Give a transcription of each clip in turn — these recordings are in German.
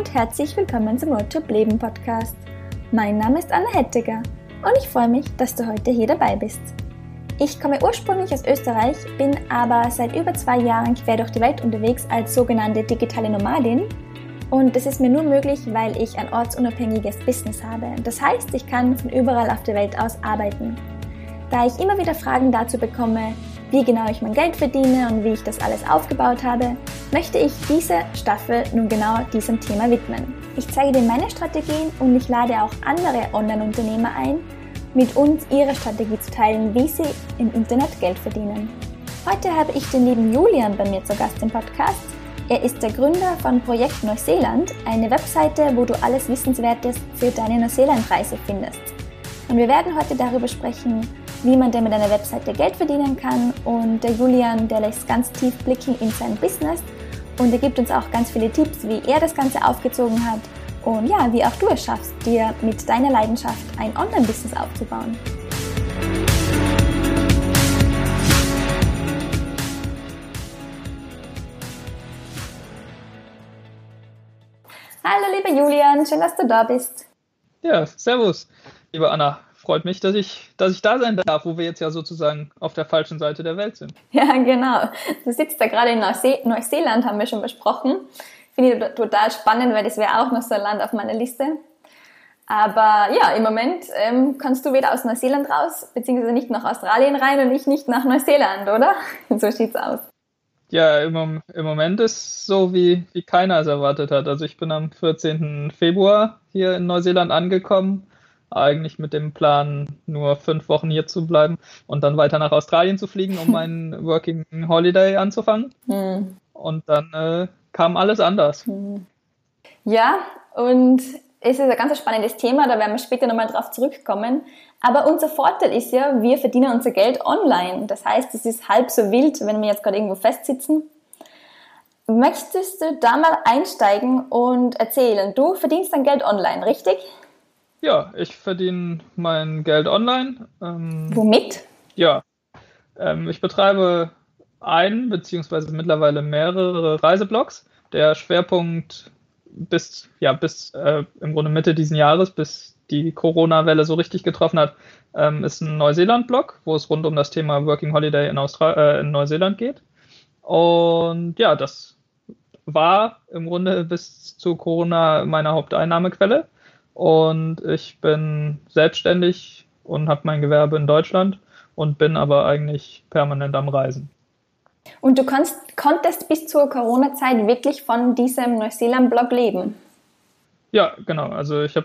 und herzlich willkommen zum Roadtrip Leben Podcast. Mein Name ist Anna Hettiger und ich freue mich, dass du heute hier dabei bist. Ich komme ursprünglich aus Österreich, bin aber seit über 2 Jahren quer durch die Welt unterwegs als sogenannte digitale Nomadin. Und das ist mir nur möglich, weil ich ein ortsunabhängiges Business habe. Das heißt, ich kann von überall auf der Welt aus arbeiten. Da ich immer wieder Fragen dazu bekomme, wie genau ich mein Geld verdiene und wie ich das alles aufgebaut habe, möchte ich diese Staffel nun genau diesem Thema widmen. Ich zeige dir meine Strategien und ich lade auch andere Online-Unternehmer ein, mit uns ihre Strategie zu teilen, wie sie im Internet Geld verdienen. Heute habe ich den lieben Julian bei mir zu Gast im Podcast. Er ist der Gründer von Projekt Neuseeland, eine Webseite, wo du alles Wissenswertes für deine Neuseeland-Reise findest. Und wir werden heute darüber sprechen, wie man denn mit einer Webseite Geld verdienen kann. Und der Julian, der lässt ganz tief blicken in sein Business und er gibt uns auch ganz viele Tipps, wie er das Ganze aufgezogen hat und ja, wie auch du es schaffst, dir mit deiner Leidenschaft ein Online-Business aufzubauen. Hallo lieber Julian, schön, dass du da bist. Ja, servus, liebe Anna. Freut mich, dass ich da sein darf, wo wir jetzt ja sozusagen auf der falschen Seite der Welt sind. Ja, genau. Du sitzt da gerade in Neuseeland, haben wir schon besprochen. Finde ich total spannend, weil das wäre auch noch so ein Land auf meiner Liste. Aber ja, im Moment kannst du weder aus Neuseeland raus, beziehungsweise nicht nach Australien rein und ich nicht nach Neuseeland, oder? So sieht's aus. Ja, im Moment ist so, wie keiner es erwartet hat. Also ich bin am 14. Februar hier in Neuseeland angekommen. Eigentlich mit dem Plan, nur 5 Wochen hier zu bleiben und dann weiter nach Australien zu fliegen, um meinen Working Holiday anzufangen. Und dann kam alles anders. Ja, und es ist ein ganz spannendes Thema, da werden wir später nochmal drauf zurückkommen. Aber unser Vorteil ist ja, wir verdienen unser Geld online. Das heißt, es ist halb so wild, wenn wir jetzt gerade irgendwo festsitzen. Möchtest du da mal einsteigen und erzählen? Du verdienst dein Geld online, richtig? Ja, ich verdiene mein Geld online. Womit? Ja, ich betreibe einen beziehungsweise mittlerweile mehrere Reiseblogs. Der Schwerpunkt bis im Grunde Mitte diesen Jahres, bis die Corona-Welle so richtig getroffen hat, ist ein Neuseeland-Blog, wo es rund um das Thema Working Holiday in Neuseeland geht. Und ja, das war im Grunde bis zu Corona meine Haupteinnahmequelle. Und ich bin selbstständig und habe mein Gewerbe in Deutschland und bin aber eigentlich permanent am Reisen. Und du konntest bis zur Corona-Zeit wirklich von diesem Neuseeland-Blog leben? Ja, genau. Also ich habe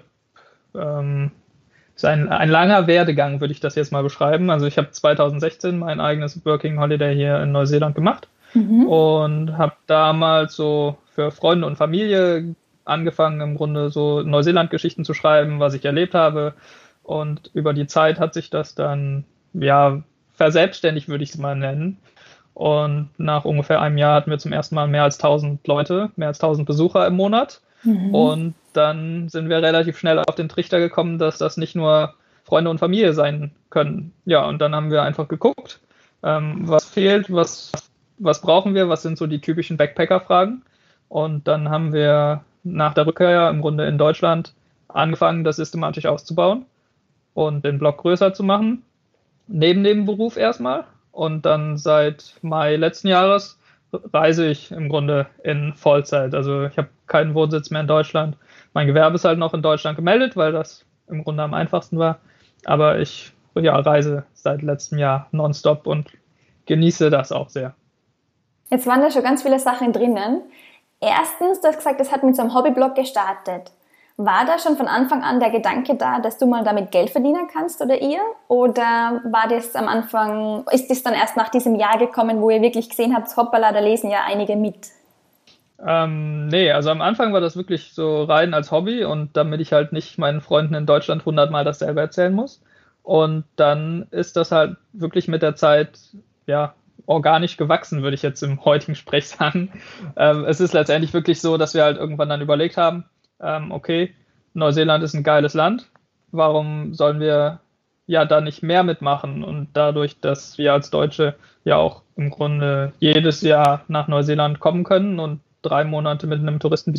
ist ein langer Werdegang, würde ich das jetzt mal beschreiben. Also ich habe 2016 mein eigenes Working Holiday hier in Neuseeland gemacht und habe damals so für Freunde und Familie angefangen, im Grunde so Neuseeland-Geschichten zu schreiben, was ich erlebt habe. Und über die Zeit hat sich das dann, ja, verselbstständigt, würde ich es mal nennen. Und nach ungefähr einem Jahr hatten wir zum ersten Mal mehr als 1000 Leute, mehr als 1000 Besucher im Monat. Und dann sind wir relativ schnell auf den Trichter gekommen, dass das nicht nur Freunde und Familie sein können. Ja, und dann haben wir einfach geguckt, was fehlt, was brauchen wir, was sind so die typischen Backpacker-Fragen. Und dann haben wir nach der Rückkehr im Grunde in Deutschland angefangen, das systematisch auszubauen und den Blog größer zu machen, neben dem Beruf erstmal. Und dann seit Mai letzten Jahres reise ich im Grunde in Vollzeit. Also ich habe keinen Wohnsitz mehr in Deutschland. Mein Gewerbe ist halt noch in Deutschland gemeldet, weil das im Grunde am einfachsten war. Aber ich reise seit letztem Jahr nonstop und genieße das auch sehr. Jetzt waren da schon ganz viele Sachen drinnen. Erstens, du hast gesagt, das hat mit so einem Hobbyblog gestartet. War da schon von Anfang an der Gedanke da, dass du mal damit Geld verdienen kannst oder ihr? Oder war das am Anfang, ist das dann erst nach diesem Jahr gekommen, wo ihr wirklich gesehen habt, hoppala, da lesen ja einige mit? Nee, also am Anfang war das wirklich so rein als Hobby und damit ich halt nicht meinen Freunden in Deutschland 100-mal dasselbe erzählen muss. Und dann ist das halt wirklich mit der Zeit, ja, organisch gewachsen, würde ich jetzt im heutigen Sprech sagen. Es ist letztendlich wirklich so, dass wir halt irgendwann dann überlegt haben, okay, Neuseeland ist ein geiles Land, warum sollen wir ja da nicht mehr mitmachen? Und dadurch, dass wir als Deutsche ja auch im Grunde jedes Jahr nach Neuseeland kommen können und 3 Monate mit einem Touristenvisum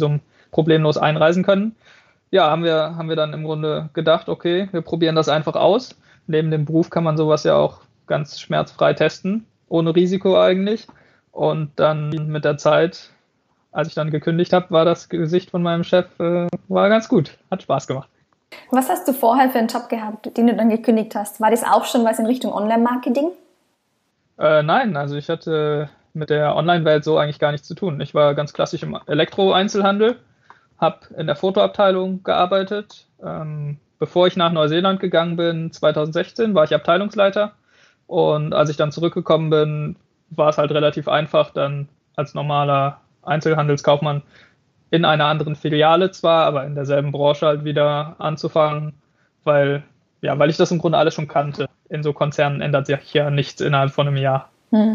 problemlos einreisen können. Ja, haben wir dann im Grunde gedacht, okay, wir probieren das einfach aus. Neben dem Beruf kann man sowas ja auch ganz schmerzfrei testen, ohne Risiko eigentlich. Und dann mit der Zeit, als ich dann gekündigt habe, war das Gesicht von meinem Chef war ganz gut, hat Spaß gemacht. Was hast du vorher für einen Job gehabt, den du dann gekündigt hast? War das auch schon was in Richtung Online-Marketing? Nein, also ich hatte mit der Online-Welt so eigentlich gar nichts zu tun. Ich war ganz klassisch im Elektro-Einzelhandel, habe in der Fotoabteilung gearbeitet. Bevor ich nach Neuseeland gegangen bin, 2016, war ich Abteilungsleiter. Und als ich dann zurückgekommen bin, war es halt relativ einfach, dann als normaler Einzelhandelskaufmann in einer anderen Filiale zwar, aber in derselben Branche halt wieder anzufangen, weil ich das im Grunde alles schon kannte. In so Konzernen ändert sich ja nichts innerhalb von einem Jahr.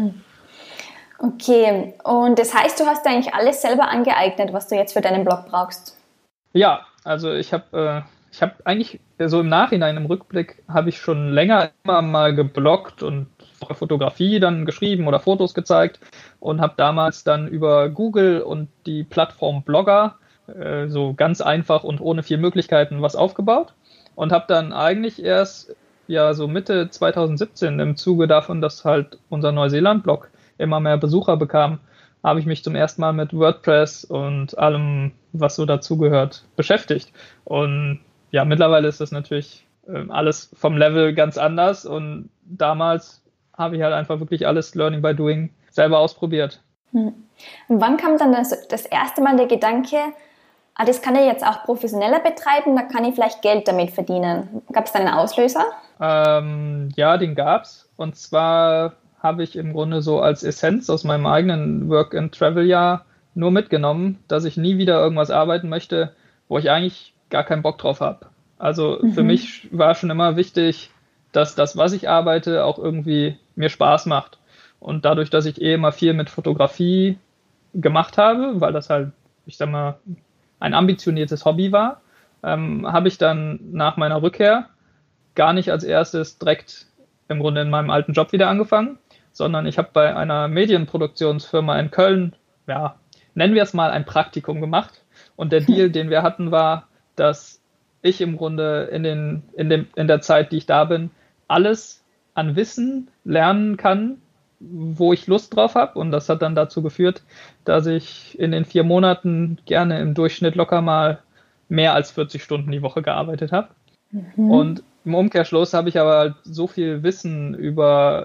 Okay, und das heißt, du hast dir eigentlich alles selber angeeignet, was du jetzt für deinen Blog brauchst? Ja, also ich habe eigentlich so im Nachhinein, im Rückblick, habe ich schon länger immer mal gebloggt und Fotografie dann geschrieben oder Fotos gezeigt und habe damals dann über Google und die Plattform Blogger so ganz einfach und ohne viel Möglichkeiten was aufgebaut und habe dann eigentlich erst so Mitte 2017 im Zuge davon, dass halt unser Neuseeland-Blog immer mehr Besucher bekam, habe ich mich zum ersten Mal mit WordPress und allem, was so dazugehört, beschäftigt. Und ja, mittlerweile ist das natürlich alles vom Level ganz anders und damals habe ich halt einfach wirklich alles Learning by Doing selber ausprobiert. Und wann kam dann das erste Mal der Gedanke, das kann ich jetzt auch professioneller betreiben, da kann ich vielleicht Geld damit verdienen? Gab es da einen Auslöser? Ja, den gab's. Und zwar habe ich im Grunde so als Essenz aus meinem eigenen Work-and-Travel-Jahr nur mitgenommen, dass ich nie wieder irgendwas arbeiten möchte, wo ich eigentlich gar keinen Bock drauf habe. Also für mich war schon immer wichtig, dass das, was ich arbeite, auch irgendwie mir Spaß macht. Und dadurch, dass ich immer viel mit Fotografie gemacht habe, weil das halt, ich sag mal, ein ambitioniertes Hobby war, habe ich dann nach meiner Rückkehr gar nicht als erstes direkt im Grunde in meinem alten Job wieder angefangen, sondern ich habe bei einer Medienproduktionsfirma in Köln, nennen wir es mal ein Praktikum gemacht. Und der Deal, den wir hatten, war, dass ich im Grunde in der Zeit, die ich da bin, alles an Wissen lernen kann, wo ich Lust drauf habe. Und das hat dann dazu geführt, dass ich in den 4 Monaten gerne im Durchschnitt locker mal mehr als 40 Stunden die Woche gearbeitet habe. Und im Umkehrschluss habe ich aber halt so viel Wissen über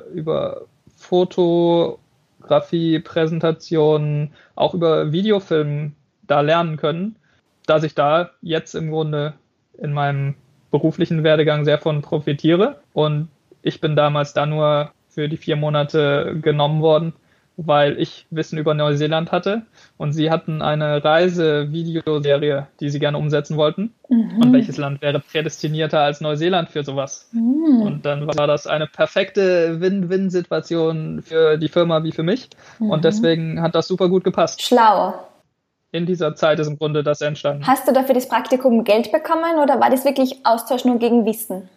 Fotografie, Präsentationen, auch über Videofilmen da lernen können, dass ich da jetzt im Grunde in meinem beruflichen Werdegang sehr von profitiere. Und ich bin damals da nur für die 4 Monate genommen worden, weil ich Wissen über Neuseeland hatte und sie hatten eine Reise-Videoserie, die sie gerne umsetzen wollten. Und welches Land wäre prädestinierter als Neuseeland für sowas? Und dann war das eine perfekte Win-Win-Situation für die Firma wie für mich. Und deswegen hat das super gut gepasst. Schlau. In dieser Zeit ist im Grunde das entstanden. Hast du dafür das Praktikum Geld bekommen oder war das wirklich Austausch nur gegen Wissen?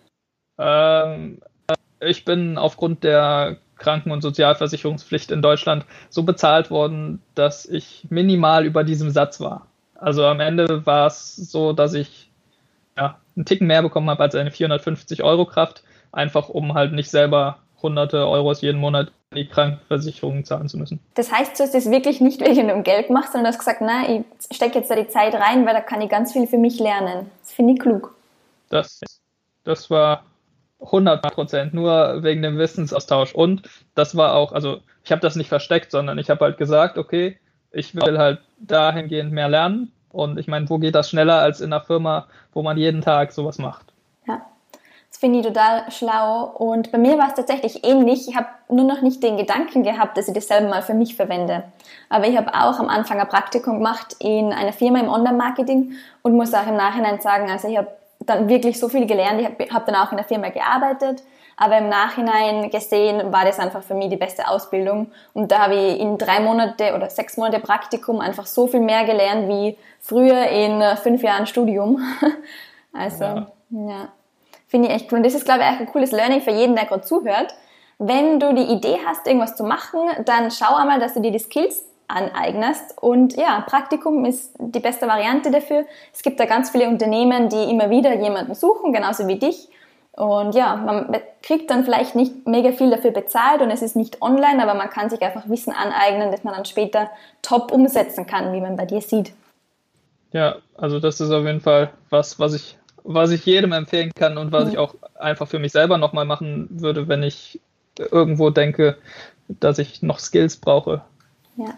Ich bin aufgrund der Kranken- und Sozialversicherungspflicht in Deutschland so bezahlt worden, dass ich minimal über diesem Satz war. Also am Ende war es so, dass ich einen Ticken mehr bekommen habe als eine 450-Euro-Kraft, einfach um halt nicht selber hunderte Euros jeden Monat in die Krankenversicherung zahlen zu müssen. Das heißt, du hast das wirklich nicht wegen dem Geld gemacht, sondern du hast gesagt, nein, ich stecke jetzt da die Zeit rein, weil da kann ich ganz viel für mich lernen. Das finde ich klug. Das war 100% nur wegen dem Wissensaustausch. Und das war auch, also ich habe das nicht versteckt, sondern ich habe halt gesagt, okay, ich will halt dahingehend mehr lernen. Und ich meine, wo geht das schneller als in einer Firma, wo man jeden Tag sowas macht? Ja, das finde ich total schlau. Und bei mir war es tatsächlich ähnlich. Ich habe nur noch nicht den Gedanken gehabt, dass ich das selber mal für mich verwende. Aber ich habe auch am Anfang ein Praktikum gemacht in einer Firma im Online-Marketing und muss auch im Nachhinein sagen, also ich habe dann wirklich so viel gelernt. Ich habe dann auch in der Firma gearbeitet, aber im Nachhinein gesehen war das einfach für mich die beste Ausbildung. Und da habe ich in 3 Monate oder 6 Monate Praktikum einfach so viel mehr gelernt wie früher in 5 Jahren Studium. Also, ja, finde ich echt cool. Und das ist, glaube ich, auch ein cooles Learning für jeden, der gerade zuhört. Wenn du die Idee hast, irgendwas zu machen, dann schau einmal, dass du dir die Skills aneignest. Und ja, Praktikum ist die beste Variante dafür. Es gibt da ganz viele Unternehmen, die immer wieder jemanden suchen, genauso wie dich. Und ja, man kriegt dann vielleicht nicht mega viel dafür bezahlt und es ist nicht online, aber man kann sich einfach Wissen aneignen, das man dann später top umsetzen kann, wie man bei dir sieht. Ja, also das ist auf jeden Fall was ich jedem empfehlen kann und was ich auch einfach für mich selber nochmal machen würde, wenn ich irgendwo denke, dass ich noch Skills brauche. Ja.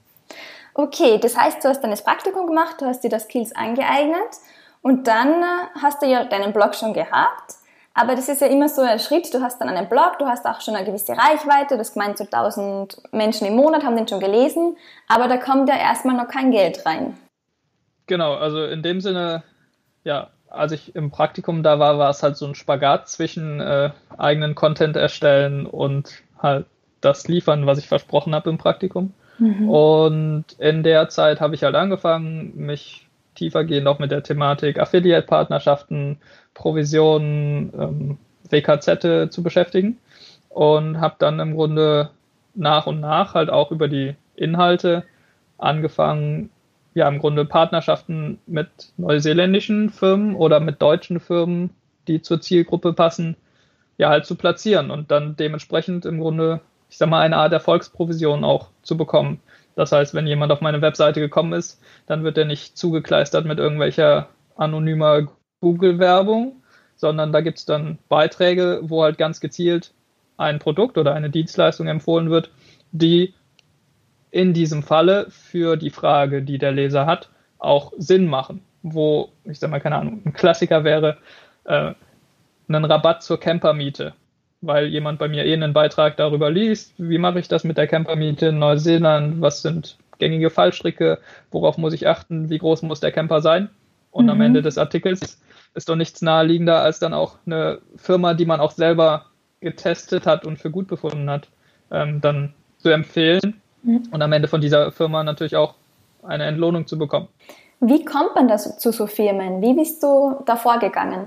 Okay, das heißt, du hast dann das Praktikum gemacht, du hast dir das Skills angeeignet und dann hast du ja deinen Blog schon gehabt. Aber das ist ja immer so ein Schritt, du hast dann einen Blog, du hast auch schon eine gewisse Reichweite, das gemeint so 1000 Menschen im Monat haben den schon gelesen, aber da kommt ja erstmal noch kein Geld rein. Genau, also in dem Sinne, ja, als ich im Praktikum da war es halt so ein Spagat zwischen eigenen Content erstellen und halt das liefern, was ich versprochen habe im Praktikum. Und in der Zeit habe ich halt angefangen, mich tiefergehend auch mit der Thematik Affiliate-Partnerschaften, Provisionen, WKZ zu beschäftigen und habe dann im Grunde nach und nach halt auch über die Inhalte angefangen, ja im Grunde Partnerschaften mit neuseeländischen Firmen oder mit deutschen Firmen, die zur Zielgruppe passen, ja halt zu platzieren und dann dementsprechend im Grunde, ich sag mal, eine Art Erfolgsprovision auch zu bekommen. Das heißt, wenn jemand auf meine Webseite gekommen ist, dann wird er nicht zugekleistert mit irgendwelcher anonymer Google-Werbung, sondern da gibt es dann Beiträge, wo halt ganz gezielt ein Produkt oder eine Dienstleistung empfohlen wird, die in diesem Falle für die Frage, die der Leser hat, auch Sinn machen. Wo, ich sag mal, keine Ahnung, ein Klassiker wäre einen Rabatt zur Campermiete, weil jemand bei mir einen Beitrag darüber liest, wie mache ich das mit der Campermiete in Neuseeland, was sind gängige Fallstricke, worauf muss ich achten, wie groß muss der Camper sein. Und am Ende des Artikels ist doch nichts naheliegender, als dann auch eine Firma, die man auch selber getestet hat und für gut befunden hat, dann zu empfehlen und am Ende von dieser Firma natürlich auch eine Entlohnung zu bekommen. Wie kommt man das zu so Firmen? Wie bist du da vorgegangen?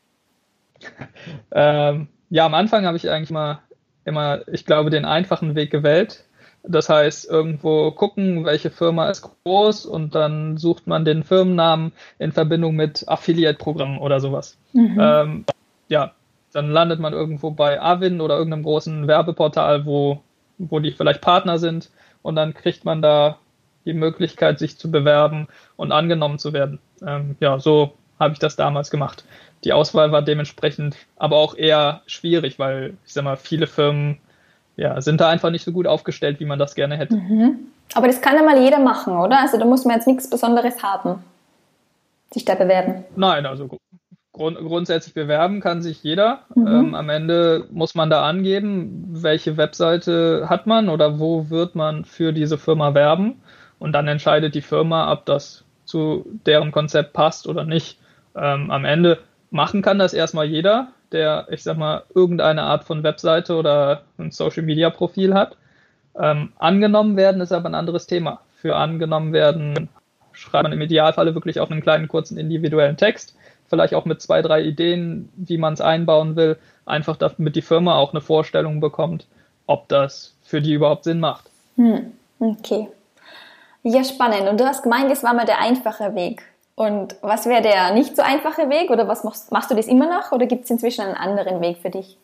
Ja, am Anfang habe ich eigentlich immer, ich glaube, den einfachen Weg gewählt. Das heißt, irgendwo gucken, welche Firma ist groß und dann sucht man den Firmennamen in Verbindung mit Affiliate-Programmen oder sowas. Ja, dann landet man irgendwo bei Avin oder irgendeinem großen Werbeportal, wo die vielleicht Partner sind und dann kriegt man da die Möglichkeit, sich zu bewerben und angenommen zu werden. Ja, so habe ich das damals gemacht. Die Auswahl war dementsprechend aber auch eher schwierig, weil, ich sag mal, viele Firmen sind da einfach nicht so gut aufgestellt, wie man das gerne hätte. Aber das kann ja mal jeder machen, oder? Also da muss man jetzt nichts Besonderes haben, sich da bewerben. Nein, also grundsätzlich bewerben kann sich jeder. Am Ende muss man da angeben, welche Webseite hat man oder wo wird man für diese Firma werben. Und dann entscheidet die Firma, ob das zu deren Konzept passt oder nicht. Am Ende machen kann das erstmal jeder, der, ich sag mal, irgendeine Art von Webseite oder ein Social-Media-Profil hat. Angenommen werden ist aber ein anderes Thema. Für angenommen werden schreibt man im Idealfalle wirklich auch einen kleinen, kurzen, individuellen Text, vielleicht auch mit 2, 3 Ideen, wie man es einbauen will, einfach damit die Firma auch eine Vorstellung bekommt, ob das für die überhaupt Sinn macht. Okay. Ja, spannend. Und du hast gemeint, das war mal der einfache Weg. Und was wäre der nicht so einfache Weg oder was machst du das immer noch oder gibt es inzwischen einen anderen Weg für dich?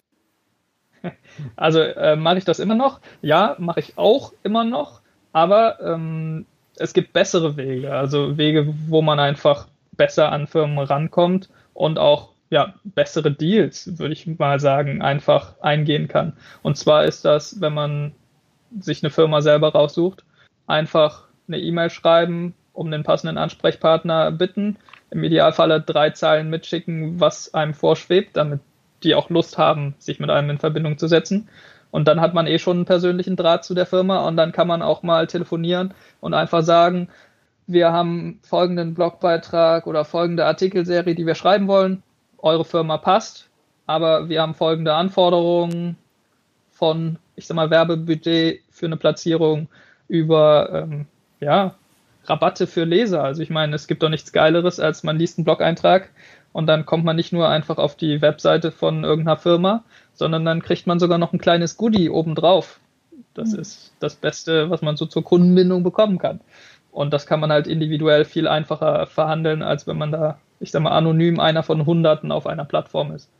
Also mache ich das immer noch? Ja, mache ich auch immer noch, aber es gibt bessere Wege, also Wege, wo man einfach besser an Firmen rankommt und auch bessere Deals, würde ich mal sagen, einfach eingehen kann. Und zwar ist das, wenn man sich eine Firma selber raussucht, einfach eine E-Mail schreiben, um den passenden Ansprechpartner bitten, im Idealfall 3 Zeilen mitschicken, was einem vorschwebt, damit die auch Lust haben, sich mit einem in Verbindung zu setzen. Und dann hat man schon einen persönlichen Draht zu der Firma und dann kann man auch mal telefonieren und einfach sagen, wir haben folgenden Blogbeitrag oder folgende Artikelserie, die wir schreiben wollen. Eure Firma passt, aber wir haben folgende Anforderungen von, ich sag mal, Werbebudget für eine Platzierung über, Rabatte für Leser. Also ich meine, es gibt doch nichts Geileres, als man liest einen Blog-Eintrag und dann kommt man nicht nur einfach auf die Webseite von irgendeiner Firma, sondern dann kriegt man sogar noch ein kleines Goodie obendrauf. Das ist das Beste, was man so zur Kundenbindung bekommen kann. Und das kann man halt individuell viel einfacher verhandeln, als wenn man da, ich sag mal, anonym einer von Hunderten auf einer Plattform ist.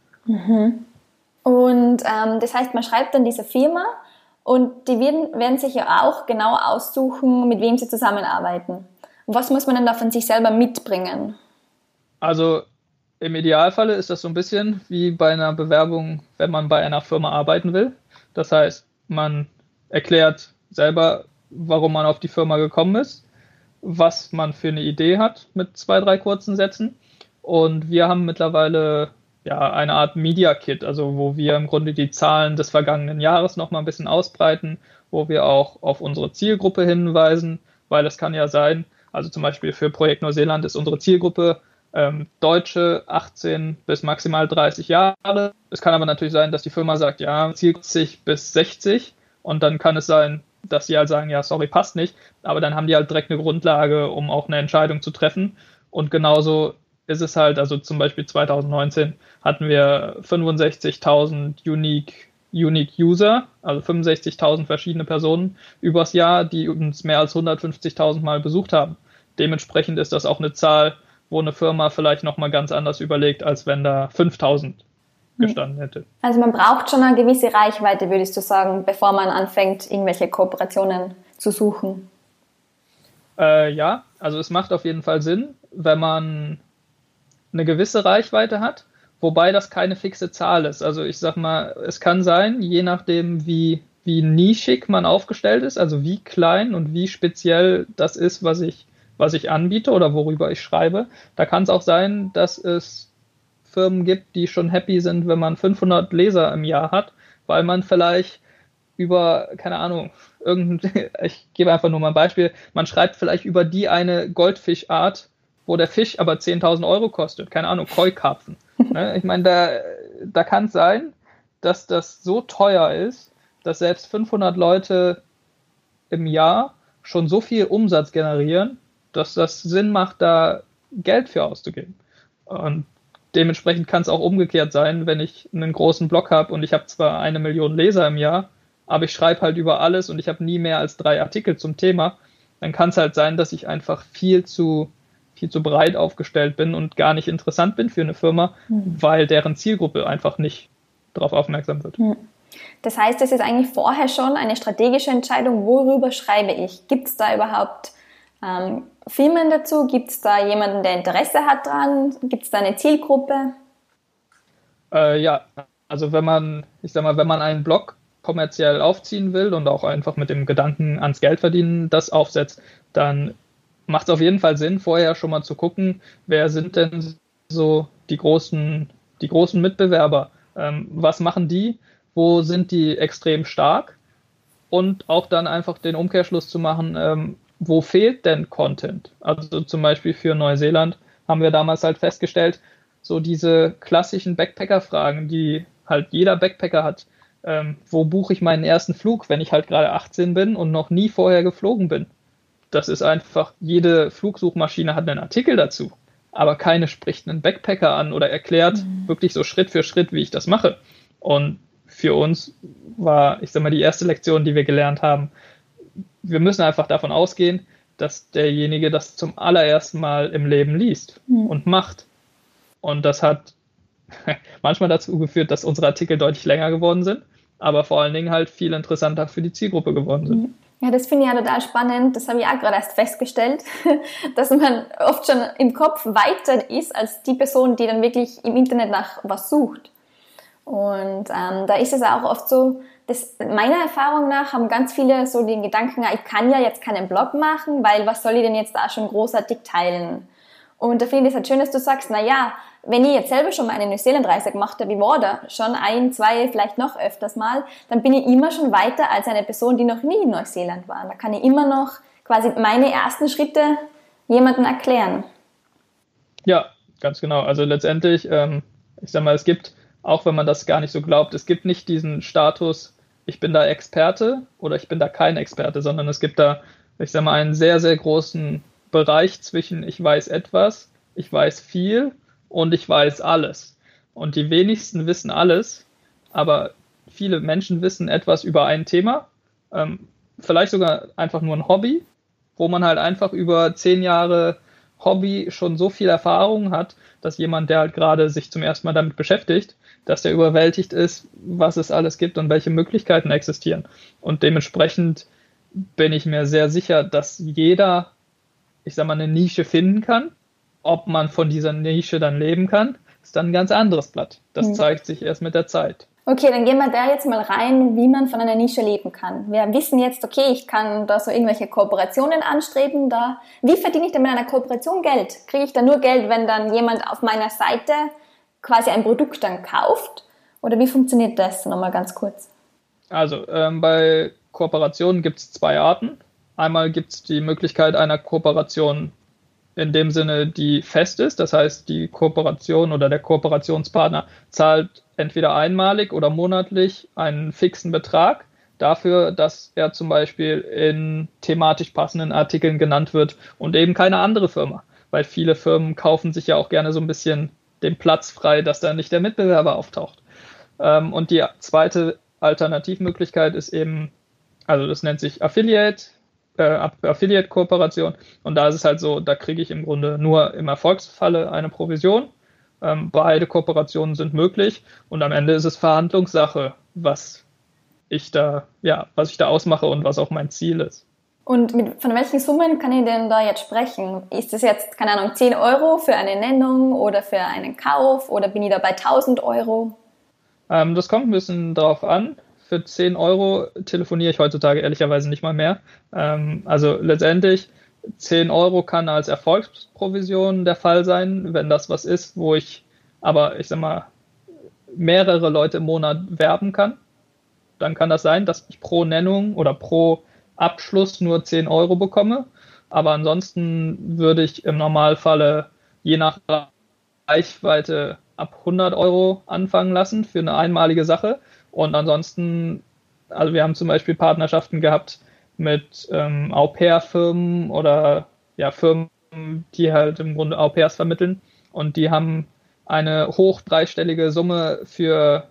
Und das heißt, man schreibt dann dieser Firma und die werden sich ja auch genau aussuchen, mit wem sie zusammenarbeiten. Was muss man denn da von sich selber mitbringen? Also im Idealfall ist das so ein bisschen wie bei einer Bewerbung, wenn man bei einer Firma arbeiten will. Das heißt, man erklärt selber, warum man auf die Firma gekommen ist, was man für eine Idee hat mit 2, 3 kurzen Sätzen. Und wir haben mittlerweile eine Art Media Kit, also wo wir im Grunde die Zahlen des vergangenen Jahres noch mal ein bisschen ausbreiten, wo wir auch auf unsere Zielgruppe hinweisen, weil es kann ja sein, also zum Beispiel für Projekt Neuseeland ist unsere Zielgruppe Deutsche 18 bis maximal 30 Jahre. Es kann aber natürlich sein, dass die Firma sagt, ja, 40 bis 60 und dann kann es sein, dass sie halt sagen, ja, sorry, passt nicht, aber dann haben die halt direkt eine Grundlage, um auch eine Entscheidung zu treffen und genauso ist es halt, also zum Beispiel 2019 hatten wir 65.000 Unique User, also 65.000 verschiedene Personen übers Jahr, die uns mehr als 150.000 Mal besucht haben. Dementsprechend ist das auch eine Zahl, wo eine Firma vielleicht nochmal ganz anders überlegt, als wenn da 5.000 gestanden hätte. Also man braucht schon eine gewisse Reichweite, würdest du sagen, bevor man anfängt, irgendwelche Kooperationen zu suchen? Ja, also es macht auf jeden Fall Sinn, wenn man eine gewisse Reichweite hat, wobei das keine fixe Zahl ist. Also ich sag mal, es kann sein, je nachdem wie nischig man aufgestellt ist, also wie klein und wie speziell das ist, was ich anbiete oder worüber ich schreibe, da kann es auch sein, dass es Firmen gibt, die schon happy sind, wenn man 500 Leser im Jahr hat, weil man vielleicht über, keine Ahnung, ich gebe einfach nur mal ein Beispiel, man schreibt vielleicht über die eine Goldfischart, wo der Fisch aber 10.000 Euro kostet, keine Ahnung, Koi-Karpfen. Ne? Ich meine, da kann es sein, dass das so teuer ist, dass selbst 500 Leute im Jahr schon so viel Umsatz generieren, dass das Sinn macht, da Geld für auszugeben. Und dementsprechend kann es auch umgekehrt sein, wenn ich einen großen Blog habe und ich habe zwar 1 Million Leser im Jahr, aber ich schreibe halt über alles und ich habe nie mehr als 3 Artikel zum Thema, dann kann es halt sein, dass ich einfach viel zu breit aufgestellt bin und gar nicht interessant bin für eine Firma, weil deren Zielgruppe einfach nicht darauf aufmerksam wird. Das heißt, es ist eigentlich vorher schon eine strategische Entscheidung, worüber schreibe ich? Gibt es da überhaupt Firmen dazu? Gibt es da jemanden, der Interesse hat dran? Gibt es da eine Zielgruppe? Ja, also wenn man einen Blog kommerziell aufziehen will und auch einfach mit dem Gedanken ans Geld verdienen das aufsetzt, dann macht es auf jeden Fall Sinn, vorher schon mal zu gucken, wer sind denn so die großen Mitbewerber? Was machen die? Wo sind die extrem stark? Und auch dann einfach den Umkehrschluss zu machen, wo fehlt denn Content? Also zum Beispiel für Neuseeland haben wir damals halt festgestellt, so diese klassischen Backpacker-Fragen, die halt jeder Backpacker hat. Wo buche ich meinen ersten Flug, wenn ich halt gerade 18 bin und noch nie vorher geflogen bin? Das ist einfach, jede Flugsuchmaschine hat einen Artikel dazu, aber keine spricht einen Backpacker an oder erklärt wirklich so Schritt für Schritt, wie ich das mache. Und für uns war, ich sag mal, die erste Lektion, die wir gelernt haben, wir müssen einfach davon ausgehen, dass derjenige das zum allerersten Mal im Leben liest und macht. Und das hat manchmal dazu geführt, dass unsere Artikel deutlich länger geworden sind, aber vor allen Dingen halt viel interessanter für die Zielgruppe geworden sind. Ja, das finde ich ja total spannend. Das habe ich auch gerade erst festgestellt, dass man oft schon im Kopf weiter ist als die Person, die dann wirklich im Internet nach was sucht. Und da ist es auch oft so, dass meiner Erfahrung nach haben ganz viele so den Gedanken, ich kann ja jetzt keinen Blog machen, weil was soll ich denn jetzt da schon großartig teilen? Und da finde ich es halt schön, dass du sagst, wenn ich jetzt selber schon mal eine Neuseeland-Reise gemacht habe, wie war da schon 1, 2, vielleicht noch öfters mal, dann bin ich immer schon weiter als eine Person, die noch nie in Neuseeland war. Da kann ich immer noch quasi meine ersten Schritte jemandem erklären. Ja, ganz genau. Also letztendlich, ich sag mal, es gibt, auch wenn man das gar nicht so glaubt, es gibt nicht diesen Status, ich bin da Experte oder ich bin da kein Experte, sondern es gibt da, ich sag mal, einen sehr, sehr großen Bereich zwischen ich weiß etwas, ich weiß viel und ich weiß alles. Und die wenigsten wissen alles, aber viele Menschen wissen etwas über ein Thema, vielleicht sogar einfach nur ein Hobby, wo man halt einfach über 10 Jahre Hobby schon so viel Erfahrung hat, dass jemand, der halt gerade sich zum ersten Mal damit beschäftigt, dass der überwältigt ist, was es alles gibt und welche Möglichkeiten existieren. Und dementsprechend bin ich mir sehr sicher, dass jeder, ich sag mal, eine Nische finden kann. Ob man von dieser Nische dann leben kann, ist dann ein ganz anderes Blatt. Das zeigt sich erst mit der Zeit. Okay, dann gehen wir da jetzt mal rein, wie man von einer Nische leben kann. Wir wissen jetzt, okay, ich kann da so irgendwelche Kooperationen anstreben. Wie verdiene ich denn mit einer Kooperation Geld? Kriege ich da nur Geld, wenn dann jemand auf meiner Seite quasi ein Produkt dann kauft? Oder wie funktioniert das? Nochmal ganz kurz. Also bei Kooperationen gibt es 2 Arten. Einmal gibt es die Möglichkeit einer Kooperation in dem Sinne, die fest ist. Das heißt, die Kooperation oder der Kooperationspartner zahlt entweder einmalig oder monatlich einen fixen Betrag dafür, dass er zum Beispiel in thematisch passenden Artikeln genannt wird und eben keine andere Firma. Weil viele Firmen kaufen sich ja auch gerne so ein bisschen den Platz frei, dass da nicht der Mitbewerber auftaucht. Und die zweite Alternativmöglichkeit ist eben, also das nennt sich Affiliate-Kooperation, und da ist es halt so, da kriege ich im Grunde nur im Erfolgsfalle eine Provision. Beide Kooperationen sind möglich und am Ende ist es Verhandlungssache, was ich da ausmache und was auch mein Ziel ist. Und von welchen Summen kann ich denn da jetzt sprechen? Ist das jetzt, keine Ahnung, 10 Euro für eine Nennung oder für einen Kauf oder bin ich da bei 1000 Euro? Das kommt ein bisschen drauf an. Für 10 Euro telefoniere ich heutzutage ehrlicherweise nicht mal mehr. Also letztendlich 10 Euro kann als Erfolgsprovision der Fall sein, wenn das was ist, wo ich aber, ich sag mal, mehrere Leute im Monat werben kann. Dann kann das sein, dass ich pro Nennung oder pro Abschluss nur 10 Euro bekomme. Aber ansonsten würde ich im Normalfalle je nach Reichweite ab 100 Euro anfangen lassen für eine einmalige Sache. Und ansonsten, also wir haben zum Beispiel Partnerschaften gehabt mit Au-pair-Firmen oder ja, Firmen, die halt im Grunde Au-pairs vermitteln. Und die haben eine hoch dreistellige Summe für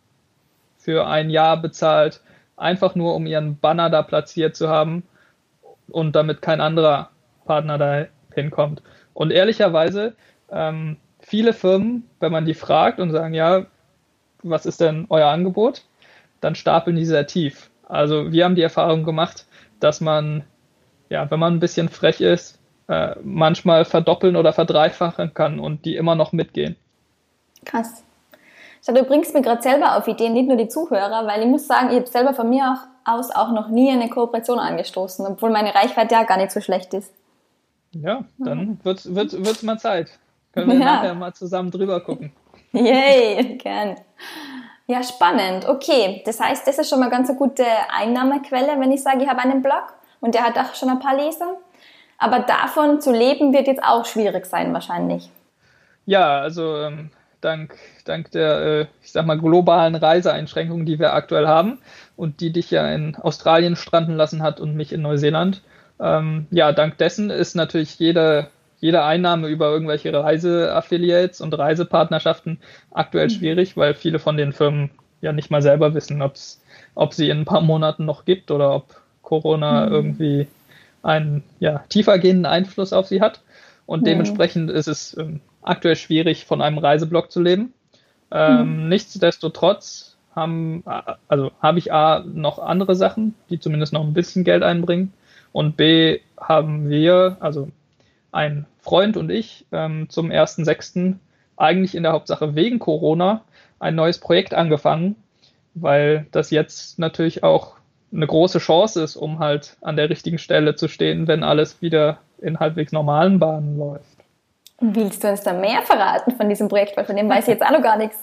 ein Jahr bezahlt, einfach nur um ihren Banner da platziert zu haben und damit kein anderer Partner da hinkommt. Und ehrlicherweise, viele Firmen, wenn man die fragt und sagen, ja, was ist denn euer Angebot, dann stapeln die sehr tief. Also wir haben die Erfahrung gemacht, dass man, ja, wenn man ein bisschen frech ist, manchmal verdoppeln oder verdreifachen kann und die immer noch mitgehen. Krass. Du bringst mir gerade selber auf Ideen, nicht nur die Zuhörer, weil ich muss sagen, ich habe selber von mir aus auch noch nie eine Kooperation angestoßen, obwohl meine Reichweite ja gar nicht so schlecht ist. Ja, dann wird's mal Zeit. Können wir nachher mal zusammen drüber gucken. Yay, gern. Ja, spannend. Okay, das heißt, das ist schon mal ganz eine gute Einnahmequelle, wenn ich sage, ich habe einen Blog und der hat auch schon ein paar Leser. Aber davon zu leben wird jetzt auch schwierig sein wahrscheinlich. Ja, also dank der, ich sag mal, globalen Reiseeinschränkungen, die wir aktuell haben und die dich ja in Australien stranden lassen hat und mich in Neuseeland. Dank dessen ist natürlich jede Einnahme über irgendwelche Reiseaffiliates und Reisepartnerschaften aktuell schwierig, weil viele von den Firmen ja nicht mal selber wissen, ob sie in ein paar Monaten noch gibt oder ob Corona irgendwie einen tiefergehenden Einfluss auf sie hat. Und dementsprechend ist es aktuell schwierig, von einem Reiseblog zu leben. Nichtsdestotrotz habe ich A, noch andere Sachen, die zumindest noch ein bisschen Geld einbringen. Und B, haben wir, also ein Freund und ich, zum 1.6. eigentlich in der Hauptsache wegen Corona ein neues Projekt angefangen, weil das jetzt natürlich auch eine große Chance ist, um halt an der richtigen Stelle zu stehen, wenn alles wieder in halbwegs normalen Bahnen läuft. Willst du uns da mehr verraten von diesem Projekt? Weil von dem weiß ich jetzt auch noch gar nichts.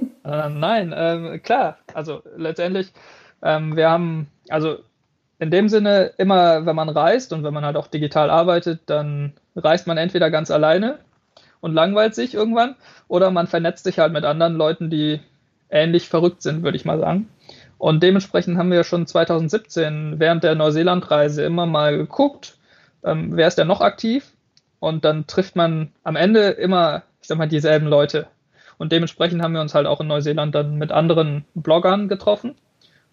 Nein, klar. Also letztendlich, wir haben, also in dem Sinne, immer wenn man reist und wenn man halt auch digital arbeitet, dann reist man entweder ganz alleine und langweilt sich irgendwann oder man vernetzt sich halt mit anderen Leuten, die ähnlich verrückt sind, würde ich mal sagen. Und dementsprechend haben wir schon 2017 während der Neuseeland-Reise immer mal geguckt, wer ist denn noch aktiv? Und dann trifft man am Ende immer, ich sag mal, dieselben Leute. Und dementsprechend haben wir uns halt auch in Neuseeland dann mit anderen Bloggern getroffen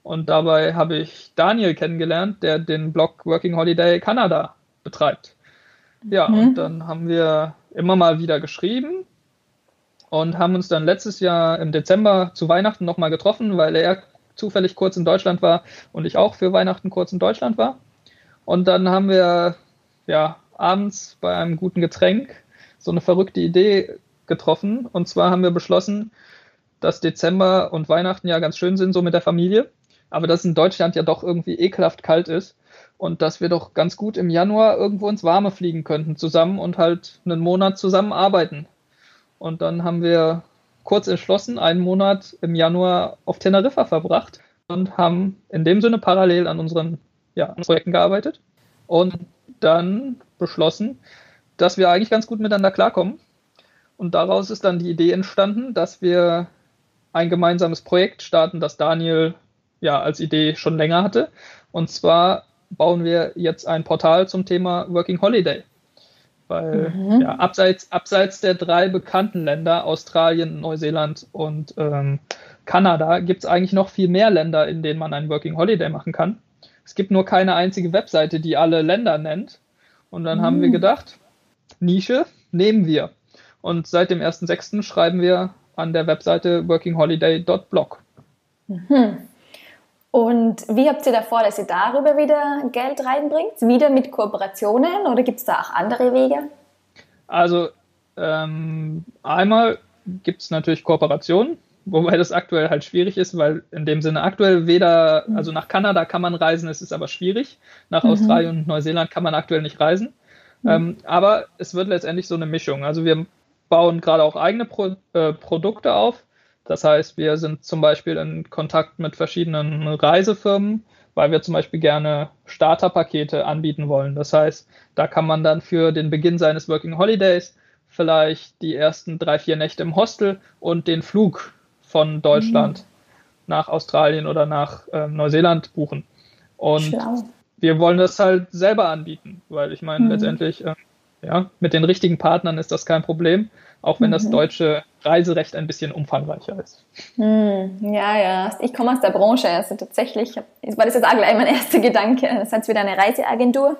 Und dabei habe ich Daniel kennengelernt, der den Blog Working Holiday Canada betreibt. Ja, und dann haben wir immer mal wieder geschrieben und haben uns dann letztes Jahr im Dezember zu Weihnachten nochmal getroffen, weil er zufällig kurz in Deutschland war und ich auch für Weihnachten kurz in Deutschland war. Und dann haben wir abends bei einem guten Getränk so eine verrückte Idee getroffen. Und zwar haben wir beschlossen, dass Dezember und Weihnachten ja ganz schön sind, so mit der Familie, aber dass in Deutschland ja doch irgendwie ekelhaft kalt ist und dass wir doch ganz gut im Januar irgendwo ins Warme fliegen könnten zusammen und halt einen Monat zusammen arbeiten. Und dann haben wir kurz entschlossen einen Monat im Januar auf Teneriffa verbracht und haben in dem Sinne parallel an unseren Projekten gearbeitet und dann beschlossen, dass wir eigentlich ganz gut miteinander klarkommen. Und daraus ist dann die Idee entstanden, dass wir ein gemeinsames Projekt starten, das Daniel als Idee schon länger hatte. Und zwar bauen wir jetzt ein Portal zum Thema Working Holiday. Weil abseits der 3 bekannten Länder, Australien, Neuseeland und Kanada, gibt es eigentlich noch viel mehr Länder, in denen man ein Working Holiday machen kann. Es gibt nur keine einzige Webseite, die alle Länder nennt. Und dann haben wir gedacht, Nische nehmen wir. Und seit dem 1.6. schreiben wir an der Webseite workingholiday.blog. Und wie habt ihr davor, dass ihr darüber wieder Geld reinbringt? Wieder mit Kooperationen oder gibt es da auch andere Wege? Also einmal gibt es natürlich Kooperationen, wobei das aktuell halt schwierig ist, weil in dem Sinne aktuell also nach Kanada kann man reisen, es ist aber schwierig. Nach Australien und Neuseeland kann man aktuell nicht reisen. Aber es wird letztendlich so eine Mischung. Also wir bauen gerade auch eigene Produkte auf. Das heißt, wir sind zum Beispiel in Kontakt mit verschiedenen Reisefirmen, weil wir zum Beispiel gerne Starterpakete anbieten wollen. Das heißt, da kann man dann für den Beginn seines Working Holidays vielleicht die ersten 3-4 Nächte im Hostel und den Flug von Deutschland nach Australien oder nach Neuseeland buchen. Und wir wollen das halt selber anbieten, weil ich meine, letztendlich mit den richtigen Partnern ist das kein Problem, auch wenn das deutsche Reiserecht ein bisschen umfangreicher ist. Ja, ich komme aus der Branche, also tatsächlich war das jetzt auch gleich mein erster Gedanke. Das heißt wieder eine Reiseagentur.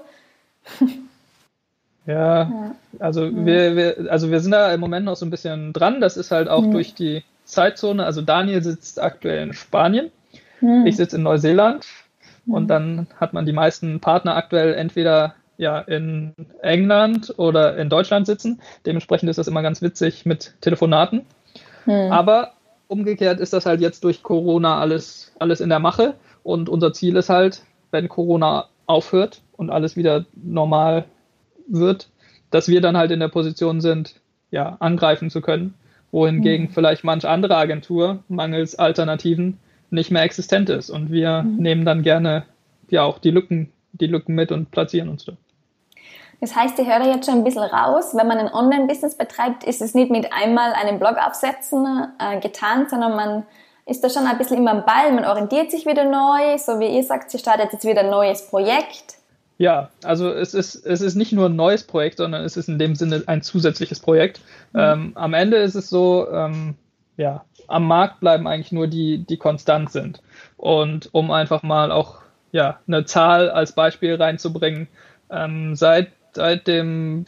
Also wir sind da im Moment noch so ein bisschen dran. Das ist halt auch durch die Zeitzone. Also Daniel sitzt aktuell in Spanien, ich sitze in Neuseeland und dann hat man die meisten Partner aktuell entweder in England oder in Deutschland sitzen. Dementsprechend ist das immer ganz witzig mit Telefonaten. Aber umgekehrt ist das halt jetzt durch Corona alles in der Mache. Und unser Ziel ist halt, wenn Corona aufhört und alles wieder normal wird, dass wir dann halt in der Position sind, angreifen zu können, wohingegen vielleicht manch andere Agentur mangels Alternativen nicht mehr existent ist. Und wir nehmen dann gerne auch die Lücken mit und platzieren uns da. Das heißt, ich höre da jetzt schon ein bisschen raus, wenn man ein Online-Business betreibt, ist es nicht mit einmal einen Blog aufsetzen getan, sondern man ist da schon ein bisschen immer am Ball, man orientiert sich wieder neu, so wie ihr sagt, sie startet jetzt wieder ein neues Projekt. Ja, also es ist nicht nur ein neues Projekt, sondern es ist in dem Sinne ein zusätzliches Projekt. Am Ende ist es so, am Markt bleiben eigentlich nur die konstant sind. Und um einfach mal auch eine Zahl als Beispiel reinzubringen, seit dem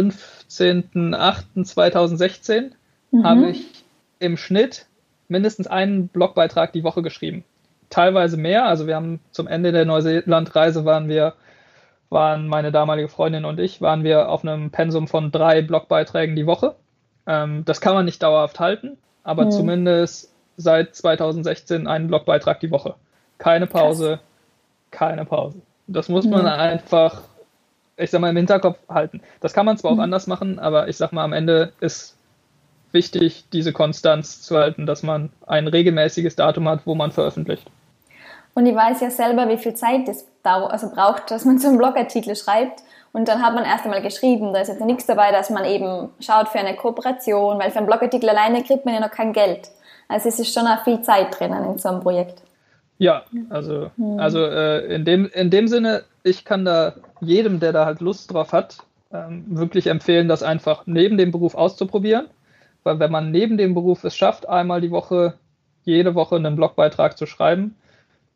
15.08.2016 habe ich im Schnitt mindestens einen Blogbeitrag die Woche geschrieben. Teilweise mehr, also wir haben zum Ende der Neuseeland-Reise waren meine damalige Freundin und ich, waren wir auf einem Pensum von 3 Blogbeiträgen die Woche. Das kann man nicht dauerhaft halten, aber zumindest seit 2016 einen Blogbeitrag die Woche. Keine Pause, keine Pause. Das muss man einfach, ich sag mal, im Hinterkopf halten. Das kann man zwar auch anders machen, aber ich sag mal, am Ende ist wichtig, diese Konstanz zu halten, dass man ein regelmäßiges Datum hat, wo man veröffentlicht. Und ich weiß ja selber, wie viel Zeit es braucht, dass man so einen Blogartikel schreibt. Und dann hat man erst einmal geschrieben, da ist jetzt noch nichts dabei, dass man eben schaut für eine Kooperation, weil für einen Blogartikel alleine kriegt man ja noch kein Geld. Also es ist schon auch viel Zeit drinnen in so einem Projekt. Ja, also in dem Sinne, ich kann da jedem, der da halt Lust drauf hat, wirklich empfehlen, das einfach neben dem Beruf auszuprobieren. Weil wenn man neben dem Beruf es schafft, einmal die Woche, jede Woche einen Blogbeitrag zu schreiben,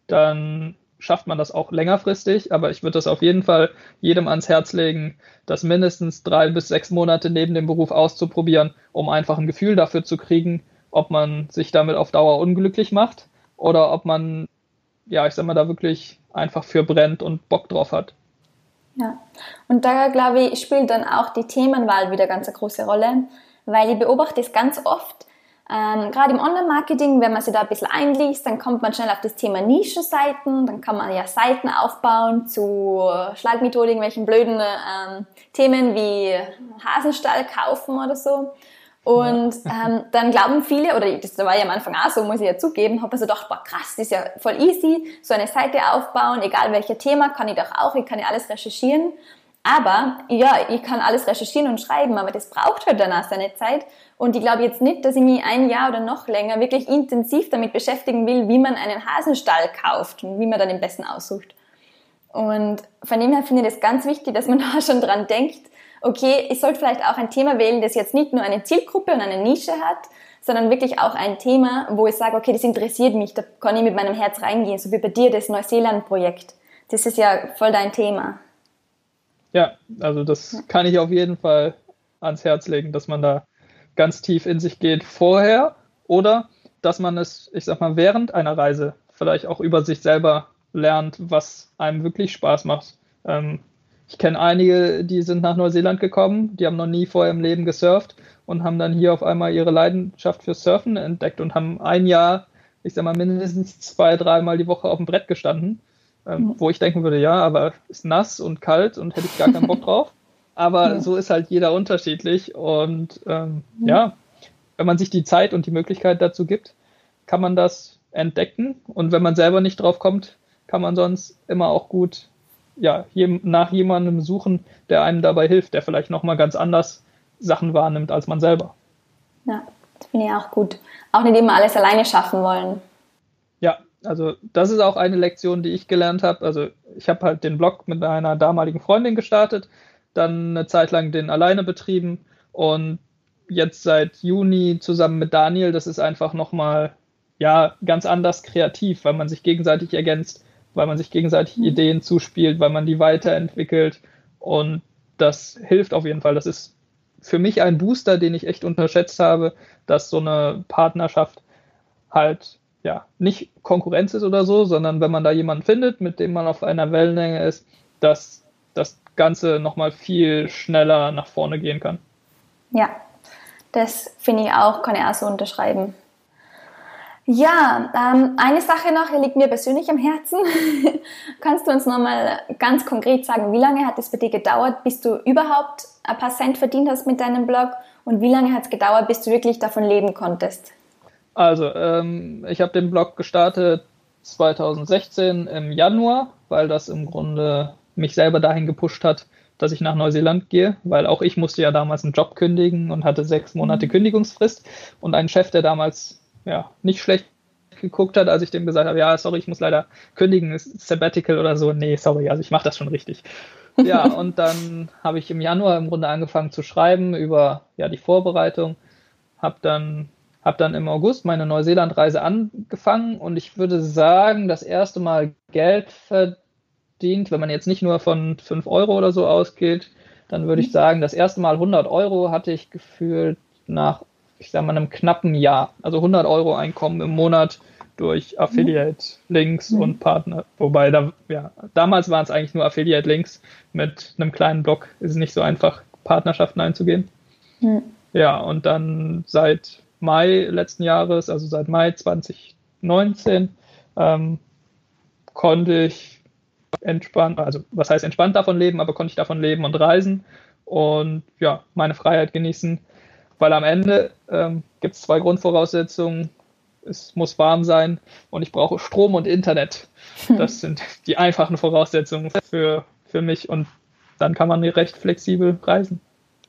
dann schafft man das auch längerfristig, aber ich würde das auf jeden Fall jedem ans Herz legen, das mindestens 3 bis 6 Monate neben dem Beruf auszuprobieren, um einfach ein Gefühl dafür zu kriegen, ob man sich damit auf Dauer unglücklich macht oder ob man, ja, ich sag mal, da wirklich einfach für brennt und Bock drauf hat. Ja, und da, glaube ich, spielt dann auch die Themenwahl wieder ganz eine große Rolle, weil ich beobachte es ganz oft, gerade im Online-Marketing, wenn man sich da ein bisschen einliest, dann kommt man schnell auf das Thema Nischenseiten, dann kann man ja Seiten aufbauen zu Schlagmethoden, irgendwelchen blöden Themen wie Hasenstall kaufen oder so. Und dann glauben viele, oder das war ja am Anfang auch so, muss ich ja zugeben, habe also gedacht, boah krass, das ist ja voll easy, so eine Seite aufbauen, egal welches Thema, kann ich doch auch, ich kann ja alles recherchieren. Aber ja, ich kann alles recherchieren und schreiben, aber das braucht halt danach seine Zeit. Und ich glaube jetzt nicht, dass ich mich ein Jahr oder noch länger wirklich intensiv damit beschäftigen will, wie man einen Hasenstall kauft und wie man dann den besten aussucht. Und von dem her finde ich das ganz wichtig, dass man da schon dran denkt, okay, ich sollte vielleicht auch ein Thema wählen, das jetzt nicht nur eine Zielgruppe und eine Nische hat, sondern wirklich auch ein Thema, wo ich sage, okay, das interessiert mich, da kann ich mit meinem Herz reingehen, so wie bei dir das Neuseeland-Projekt. Das ist ja voll dein Thema. Ja, also das kann ich auf jeden Fall ans Herz legen, dass man da ganz tief in sich geht vorher oder dass man es, ich sag mal, während einer Reise vielleicht auch über sich selber lernt, was einem wirklich Spaß macht. Ich kenne einige, die sind nach Neuseeland gekommen, die haben noch nie vorher im Leben gesurft und haben dann hier auf einmal ihre Leidenschaft für Surfen entdeckt und haben ein Jahr, ich sag mal, mindestens 2-3 Mal die Woche auf dem Brett gestanden. Wo ich denken würde, ja, aber ist nass und kalt und hätte ich gar keinen Bock drauf. Aber so ist halt jeder unterschiedlich und ja, wenn man sich die Zeit und die Möglichkeit dazu gibt, kann man das entdecken und wenn man selber nicht drauf kommt, kann man sonst immer auch gut ja, nach jemandem suchen, der einem dabei hilft, der vielleicht nochmal ganz anders Sachen wahrnimmt als man selber. Ja, das finde ich auch gut. Auch nicht immer alles alleine schaffen wollen. Ja, also das ist auch eine Lektion, die ich gelernt habe. Also ich habe halt den Blog mit einer damaligen Freundin gestartet, dann eine Zeit lang den alleine betrieben und jetzt seit Juni zusammen mit Daniel, das ist einfach nochmal ja, ganz anders kreativ, weil man sich gegenseitig ergänzt, weil man sich gegenseitig Ideen zuspielt, weil man die weiterentwickelt und das hilft auf jeden Fall. Das ist für mich ein Booster, den ich echt unterschätzt habe, dass so eine Partnerschaft halt ja, nicht Konkurrenz ist oder so, sondern wenn man da jemanden findet, mit dem man auf einer Wellenlänge ist, dass das Ganze nochmal viel schneller nach vorne gehen kann. Ja, das finde ich auch, kann ich auch so unterschreiben. Ja, eine Sache noch, die liegt mir persönlich am Herzen. Kannst du uns nochmal ganz konkret sagen, wie lange hat es bei dir gedauert, bis du überhaupt ein paar Cent verdient hast mit deinem Blog und wie lange hat es gedauert, bis du wirklich davon leben konntest? Also, ich habe den Blog gestartet 2016 im Januar, weil das im Grunde mich selber dahin gepusht hat, dass ich nach Neuseeland gehe, weil auch ich musste ja damals einen Job kündigen und hatte 6 Monate Kündigungsfrist und ein Chef, der damals ja nicht schlecht geguckt hat, als ich dem gesagt habe, ja, sorry, ich muss leider kündigen, ist Sabbatical oder so. Nee, sorry, also ich mache das schon richtig. Ja, und dann habe ich im Januar im Grunde angefangen zu schreiben über ja die Vorbereitung, habe dann im August meine Neuseeland-Reise angefangen und ich würde sagen, das erste Mal Geld verdient, wenn man jetzt nicht nur von 5 Euro oder so ausgeht, dann würde ich sagen, das erste Mal 100 Euro hatte ich gefühlt nach, ich sage mal, einem knappen Jahr. Also 100 Euro Einkommen im Monat durch Affiliate-Links und Partner. Wobei, damals waren es eigentlich nur Affiliate-Links. Mit einem kleinen Blog ist es nicht so einfach, Partnerschaften einzugehen. Ja, und dann seit Mai letzten Jahres, also seit Mai 2019, konnte ich entspannt, also was heißt entspannt davon leben, aber konnte ich davon leben und reisen und ja, meine Freiheit genießen, weil am Ende gibt es 2 Grundvoraussetzungen. Es muss warm sein und ich brauche Strom und Internet. Das sind die einfachen Voraussetzungen für mich und dann kann man recht flexibel reisen.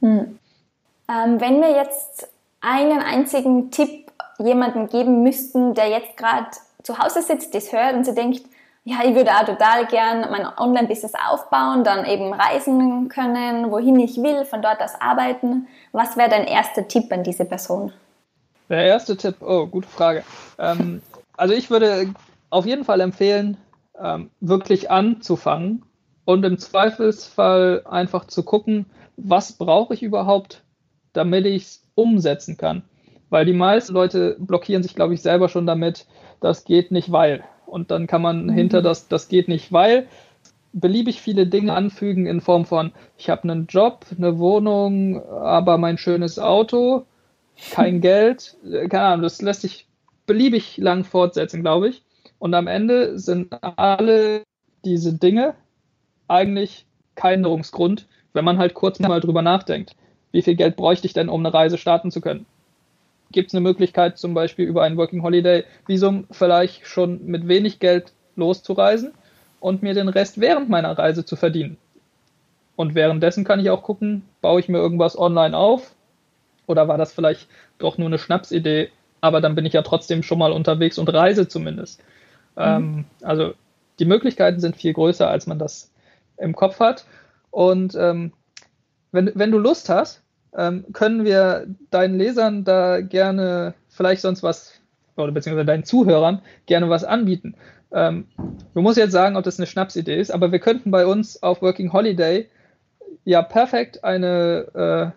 Wenn wir jetzt einen einzigen Tipp jemandem geben müssten, der jetzt gerade zu Hause sitzt, das hört und sie denkt, ja, ich würde auch total gern mein Online-Business aufbauen, dann eben reisen können, wohin ich will, von dort aus arbeiten. Was wäre dein erster Tipp an diese Person? Der erste Tipp, oh, gute Frage. Also ich würde auf jeden Fall empfehlen, wirklich anzufangen und im Zweifelsfall einfach zu gucken, was brauche ich überhaupt, damit ich es umsetzen kann. Weil die meisten Leute blockieren sich, glaube ich, selber schon damit, das geht nicht, weil. Und dann kann man hinter das geht nicht, weil beliebig viele Dinge anfügen in Form von, ich habe einen Job, eine Wohnung, aber mein schönes Auto, kein Geld, keine Ahnung, das lässt sich beliebig lang fortsetzen, glaube ich. Und am Ende sind alle diese Dinge eigentlich kein Änderungsgrund, wenn man halt kurz mal drüber nachdenkt. Wie viel Geld bräuchte ich denn, um eine Reise starten zu können? Gibt es eine Möglichkeit, zum Beispiel über ein Working Holiday Visum vielleicht schon mit wenig Geld loszureisen und mir den Rest während meiner Reise zu verdienen? Und währenddessen kann ich auch gucken, baue ich mir irgendwas online auf oder war das vielleicht doch nur eine Schnapsidee, aber dann bin ich ja trotzdem schon mal unterwegs und reise zumindest. Also die Möglichkeiten sind viel größer, als man das im Kopf hat. Und wenn du Lust hast, können wir deinen Lesern da gerne vielleicht sonst was, oder beziehungsweise deinen Zuhörern gerne was anbieten. Du musst jetzt sagen, ob das eine Schnapsidee ist, aber wir könnten bei uns auf Working Holiday ja perfekt eine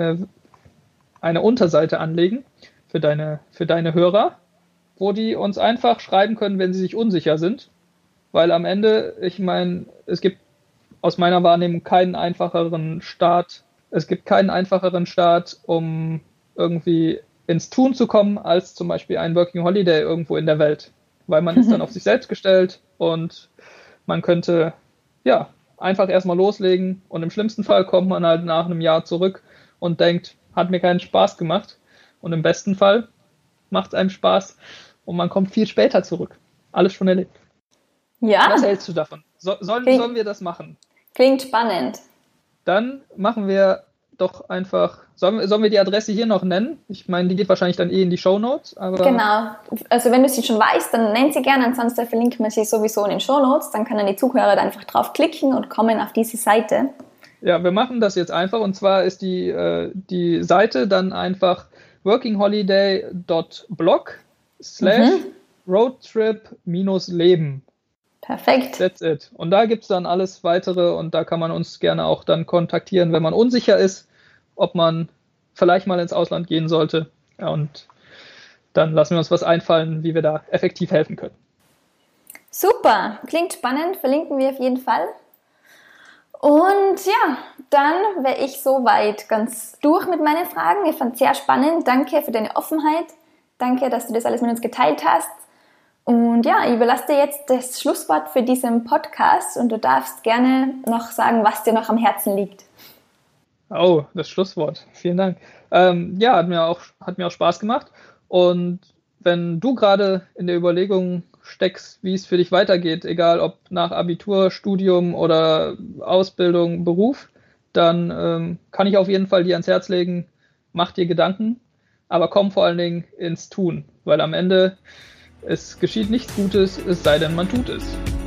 Unterseite anlegen für deine Hörer, wo die uns einfach schreiben können, wenn sie sich unsicher sind. Weil am Ende, ich meine, es gibt aus meiner Wahrnehmung keinen einfacheren Start. Es gibt keinen einfacheren Start, um irgendwie ins Tun zu kommen, als zum Beispiel ein Working Holiday irgendwo in der Welt. Weil man ist dann auf sich selbst gestellt und man könnte ja einfach erstmal loslegen und im schlimmsten Fall kommt man halt nach einem Jahr zurück und denkt, hat mir keinen Spaß gemacht. Und im besten Fall macht es einem Spaß und man kommt viel später zurück. Alles schon erlebt. Ja. Was hältst du davon? Sollen wir das machen? Klingt spannend. Dann machen wir doch einfach, sollen wir die Adresse hier noch nennen? Ich meine, die geht wahrscheinlich dann in die Shownotes. Genau, also wenn du sie schon weißt, dann nenn sie gerne, ansonsten verlinken wir sie sowieso in den Shownotes, dann können die Zuhörer da einfach draufklicken und kommen auf diese Seite. Ja, wir machen das jetzt einfach und zwar ist die Seite dann einfach workingholiday.blog/roadtrip-leben. Perfekt. That's it. Und da gibt es dann alles Weitere und da kann man uns gerne auch dann kontaktieren, wenn man unsicher ist, ob man vielleicht mal ins Ausland gehen sollte. Ja, und dann lassen wir uns was einfallen, wie wir da effektiv helfen können. Super, klingt spannend, verlinken wir auf jeden Fall. Und ja, dann wäre ich soweit ganz durch mit meinen Fragen. Ich fand es sehr spannend. Danke für deine Offenheit. Danke, dass du das alles mit uns geteilt hast. Und ja, ich überlasse dir jetzt das Schlusswort für diesen Podcast und du darfst gerne noch sagen, was dir noch am Herzen liegt. Oh, das Schlusswort. Vielen Dank. Ja, hat mir auch Spaß gemacht. Und wenn du gerade in der Überlegung steckst, wie es für dich weitergeht, egal ob nach Abitur, Studium oder Ausbildung, Beruf, dann kann ich auf jeden Fall dir ans Herz legen, mach dir Gedanken, aber komm vor allen Dingen ins Tun, weil am Ende es geschieht nichts Gutes, es sei denn, man tut es.